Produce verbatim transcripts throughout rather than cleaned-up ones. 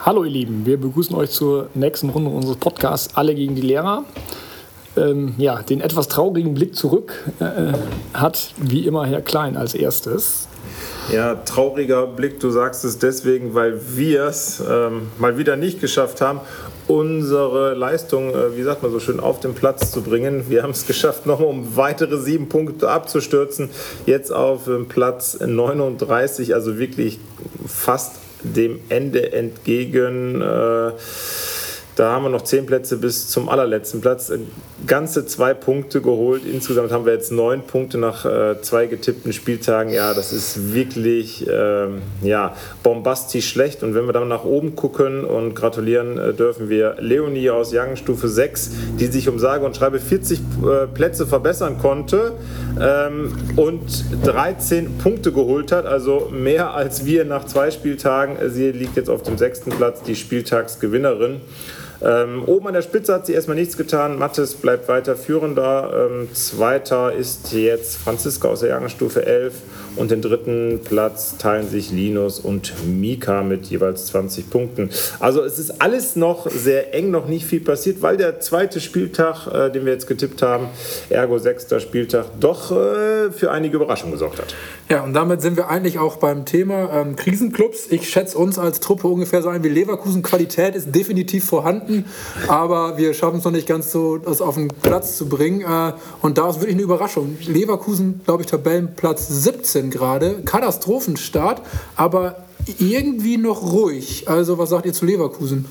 Hallo ihr Lieben, wir begrüßen euch zur nächsten Runde unseres Podcasts Alle gegen die Lehrer. Ähm, ja, den etwas traurigen Blick zurück äh, hat wie immer Herr Klein als erstes. Ja, trauriger Blick, du sagst es deswegen, weil wir es ähm, mal wieder nicht geschafft haben, unsere Leistung, äh, wie sagt man so schön, auf den Platz zu bringen. Wir haben es geschafft, nochmal um weitere sieben Punkte abzustürzen. Jetzt auf ähm, Platz neununddreißig, also wirklich fast dem Ende entgegen. Äh, Da haben wir noch zehn Plätze bis zum allerletzten Platz. Ganze zwei Punkte geholt. Insgesamt haben wir jetzt neun Punkte nach äh, zwei getippten Spieltagen. Ja, das ist wirklich äh, ja, bombastisch schlecht. Und wenn wir dann nach oben gucken und gratulieren äh, dürfen wir Leonie aus Jahrgangsstufe sechs, die sich um sage und schreibe vierzig äh, Plätze verbessern konnte ähm, und dreizehn Punkte geholt hat. Also mehr als wir nach zwei Spieltagen. Sie liegt jetzt auf dem sechsten Platz, die Spieltagsgewinnerin. Ähm, oben an der Spitze hat sie erstmal nichts getan. Mathis bleibt weiter führender. Ähm, Zweiter ist jetzt Franziska aus der Jahrgangsstufe elf. Und den dritten Platz teilen sich Linus und Mika mit jeweils zwanzig Punkten. Also es ist alles noch sehr eng, noch nicht viel passiert, weil der zweite Spieltag, äh, den wir jetzt getippt haben, ergo sechster Spieltag, doch äh, für einige Überraschungen gesorgt hat. Ja, und damit sind wir eigentlich auch beim Thema ähm, Krisenclubs. Ich schätze uns als Truppe ungefähr so ein wie Leverkusen. Qualität ist definitiv vorhanden, aber wir schaffen es noch nicht ganz so, das auf den Platz zu bringen. Äh, und da ist wirklich eine Überraschung. Leverkusen, glaube ich, Tabellenplatz siebzehn gerade. Katastrophenstart, aber irgendwie noch ruhig. Also was sagt ihr zu Leverkusen?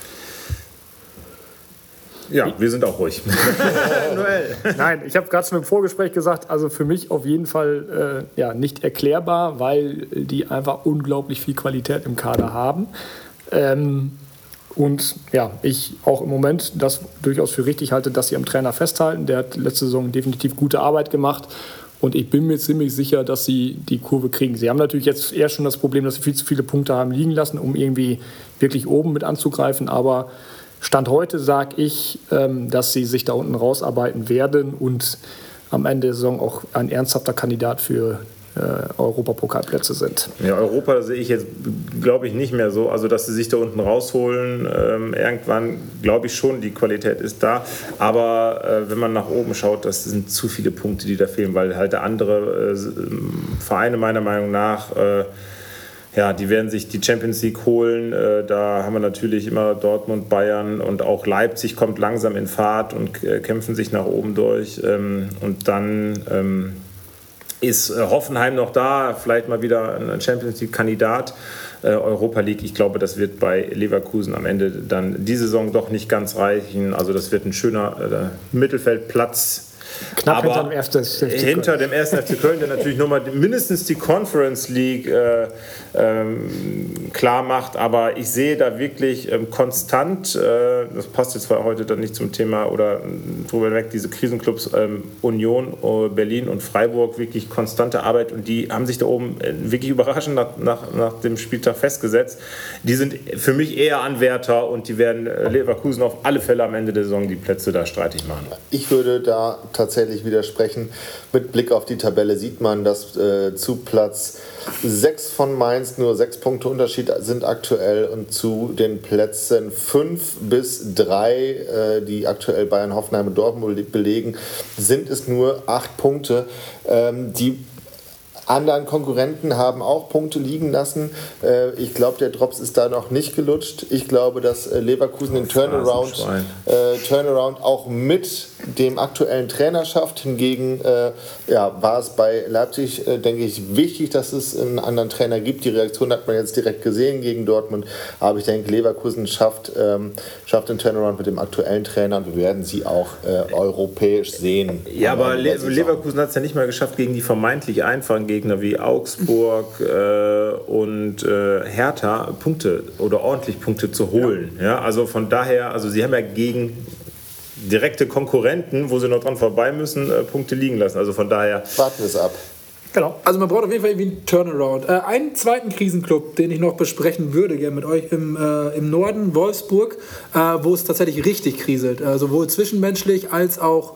Ja, wir sind auch ruhig. Nein, ich habe gerade schon im Vorgespräch gesagt, also für mich auf jeden Fall äh, ja, nicht erklärbar, weil die einfach unglaublich viel Qualität im Kader haben. Ähm, und ja, ich auch im Moment das durchaus für richtig halte, dass sie am Trainer festhalten. Der hat letzte Saison definitiv gute Arbeit gemacht. Und ich bin mir ziemlich sicher, dass sie die Kurve kriegen. Sie haben natürlich jetzt eher schon das Problem, dass sie viel zu viele Punkte haben liegen lassen, um irgendwie wirklich oben mit anzugreifen. Aber Stand heute sage ich, ähm, dass sie sich da unten rausarbeiten werden und am Ende der Saison auch ein ernsthafter Kandidat für äh, Europapokalplätze sind. Ja, Europa sehe ich jetzt, glaube ich, nicht mehr so. Also, dass sie sich da unten rausholen, ähm, irgendwann glaube ich schon, die Qualität ist da. Aber äh, wenn man nach oben schaut, das sind zu viele Punkte, die da fehlen, weil halt andere äh, Vereine meiner Meinung nach äh, ja, die werden sich die Champions League holen. Da haben wir natürlich immer Dortmund, Bayern und auch Leipzig kommt langsam in Fahrt und kämpfen sich nach oben durch. Und dann ist Hoffenheim noch da, vielleicht mal wieder ein Champions League-Kandidat. Europa League, ich glaube, das wird bei Leverkusen am Ende dann die Saison doch nicht ganz reichen. Also das wird ein schöner Mittelfeldplatz. Knapp aber hinter dem ersten F C Köln. Hinter dem ersten F C Köln, der natürlich nochmal mindestens die Conference League äh, ähm, klar macht. Aber ich sehe da wirklich ähm, konstant, äh, das passt jetzt zwar heute dann nicht zum Thema oder drüber weg, diese Krisenclubs ähm, Union, äh, Berlin und Freiburg, wirklich konstante Arbeit. Und die haben sich da oben äh, wirklich überraschend nach, nach, nach dem Spieltag festgesetzt. Die sind für mich eher Anwärter und die werden äh, Leverkusen auf alle Fälle am Ende der Saison die Plätze da streitig machen. Ich würde da tatsächlich widersprechen. Mit Blick auf die Tabelle sieht man, dass äh, zu Platz sechs von Mainz nur sechs Punkte Unterschied sind aktuell und zu den Plätzen fünf bis drei, äh, die aktuell Bayern, Hoffenheim und Dortmund belegen, sind es nur acht Punkte. Ähm, die anderen Konkurrenten haben auch Punkte liegen lassen. Ich glaube, der Drops ist da noch nicht gelutscht. Ich glaube, dass Leverkusen den Turnaround, äh, Turnaround auch mit dem aktuellen Trainer schafft. Hingegen äh, ja, war es bei Leipzig, äh, denke ich, wichtig, dass es einen anderen Trainer gibt. Die Reaktion hat man jetzt direkt gesehen gegen Dortmund. Aber ich denke, Leverkusen schafft, ähm, schafft den Turnaround mit dem aktuellen Trainer und wir werden sie auch äh, europäisch sehen. Ja, aber Le- Leverkusen hat es ja nicht mal geschafft, gegen die vermeintlich einfachen Gegner wie Augsburg äh, und äh, Hertha Punkte oder ordentlich Punkte zu holen. Ja. Ja, also von daher, also sie haben ja gegen direkte Konkurrenten, wo sie noch dran vorbei müssen, äh, Punkte liegen lassen. Also von daher warten wir es ab. Genau. Also man braucht auf jeden Fall irgendwie einen Turnaround. Äh, einen zweiten Krisenclub, den ich noch besprechen würde, gerne mit euch im, äh, im Norden, Wolfsburg, äh, wo es tatsächlich richtig kriselt. Äh, sowohl zwischenmenschlich als auch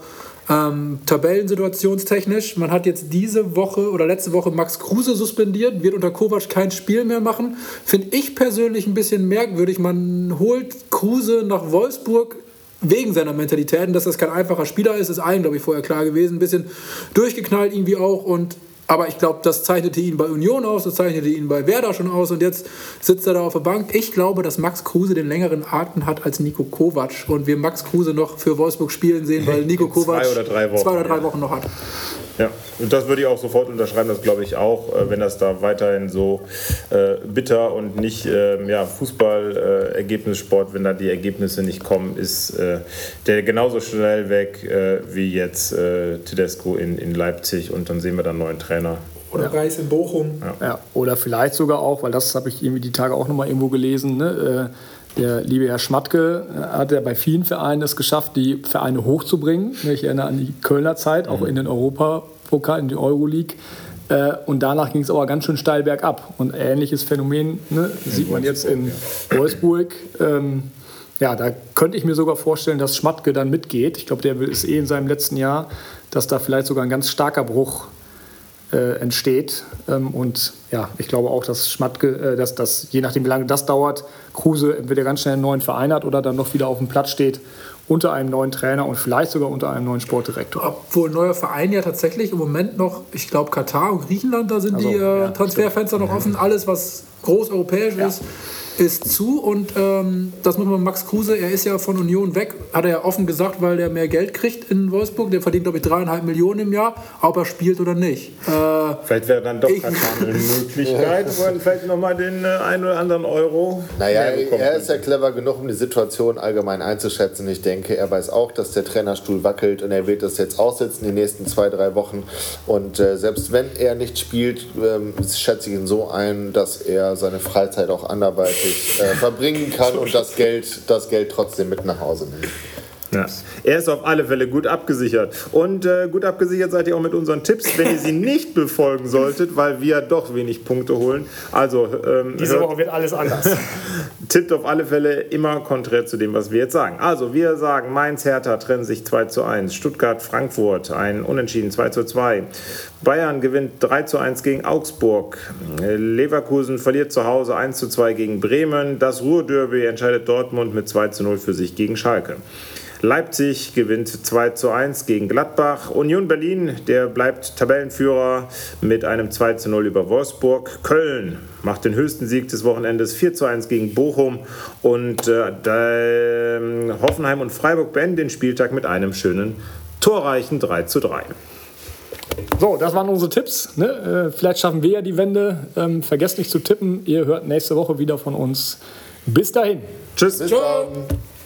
Ähm, tabellensituationstechnisch, man hat jetzt diese Woche oder letzte Woche Max Kruse suspendiert, wird unter Kovac kein Spiel mehr machen. Finde ich persönlich ein bisschen merkwürdig. Man holt Kruse nach Wolfsburg wegen seiner Mentalitäten, dass das kein einfacher Spieler ist, ist allen, glaube ich, vorher klar gewesen. Ein bisschen durchgeknallt irgendwie auch und aber ich glaube, das zeichnete ihn bei Union aus, das zeichnete ihn bei Werder schon aus und jetzt sitzt er da auf der Bank. Ich glaube, dass Max Kruse den längeren Atem hat als Nico Kovac und wir Max Kruse noch für Wolfsburg spielen sehen, weil Nico Kovac zwei oder drei Wochen, zwei oder drei Wochen noch hat. Ja, und das würde ich auch sofort unterschreiben, das glaube ich auch, wenn das da weiterhin so äh, bitter und nicht äh, ja, Fußball-Ergebnissport, äh, wenn da die Ergebnisse nicht kommen, ist äh, der genauso schnell weg äh, wie jetzt äh, Tedesco in, in Leipzig und dann sehen wir dann einen neuen Trainer. Oder ja. Reis in Bochum. Ja. Ja, oder vielleicht sogar auch, weil das habe ich irgendwie die Tage auch nochmal irgendwo gelesen, ne, äh, der liebe Herr Schmatke hat ja bei vielen Vereinen es geschafft, die Vereine hochzubringen. Ich erinnere an die Kölner Zeit, auch in den Europapokal, in die Euroleague. Und danach ging es aber ganz schön steil bergab. Und ähnliches Phänomen ne, sieht man jetzt in Wolfsburg. Ähm, ja, da könnte ich mir sogar vorstellen, dass Schmatke dann mitgeht. Ich glaube, der ist eh in seinem letzten Jahr, dass da vielleicht sogar ein ganz starker Bruch Äh, entsteht. Ähm, und ja, ich glaube auch, dass Schmatke, äh, dass, dass je nachdem, wie lange das dauert, Kruse entweder ganz schnell einen neuen Verein hat oder dann noch wieder auf dem Platz steht unter einem neuen Trainer und vielleicht sogar unter einem neuen Sportdirektor. Obwohl neuer Verein ja tatsächlich im Moment noch, ich glaube Katar und Griechenland, da sind also, die äh, ja, Transferfenster noch offen. Alles, was groß europäisch ja. ist, ist zu und ähm, das muss man Max Kruse, er ist ja von Union weg, hat er ja offen gesagt, weil der mehr Geld kriegt in Wolfsburg, der verdient glaube ich dreieinhalb Millionen im Jahr, ob er spielt oder nicht. Äh, vielleicht wäre dann doch Katar eine Möglichkeit, wo er vielleicht nochmal den äh, einen oder anderen Euro Naja, er ist ja clever genug, um die Situation allgemein einzuschätzen. Ich denke, er weiß auch, dass der Trainerstuhl wackelt und er wird das jetzt aussitzen die nächsten zwei, drei Wochen und äh, selbst wenn er nicht spielt, äh, schätze ich ihn so ein, dass er seine Freizeit auch anderweitig Äh, verbringen kann und das Geld, das Geld trotzdem mit nach Hause nimmt. Ja. Er ist auf alle Fälle gut abgesichert. Und äh, gut abgesichert seid ihr auch mit unseren Tipps, wenn ihr sie nicht befolgen solltet, weil wir doch wenig Punkte holen. Also ähm, diese hört, Woche wird alles anders. Tippt auf alle Fälle immer konträr zu dem, was wir jetzt sagen. Also wir sagen, Mainz, Hertha trennen sich zwei zu eins. Stuttgart, Frankfurt, ein Unentschieden zwei zu zwei. Bayern gewinnt drei zu eins gegen Augsburg. Leverkusen verliert zu Hause eins zu zwei gegen Bremen. Das Ruhrderby entscheidet Dortmund mit zwei zu null für sich gegen Schalke. Leipzig gewinnt zwei zu eins gegen Gladbach. Union Berlin, der bleibt Tabellenführer mit einem zwei zu null über Wolfsburg. Köln macht den höchsten Sieg des Wochenendes vier zu eins gegen Bochum. Und äh, äh, Hoffenheim und Freiburg beenden den Spieltag mit einem schönen torreichen drei zu drei. So, das waren unsere Tipps. Ne? Äh, vielleicht schaffen wir ja die Wende. Ähm, vergesst nicht zu tippen. Ihr hört nächste Woche wieder von uns. Bis dahin. Tschüss. Bis dann.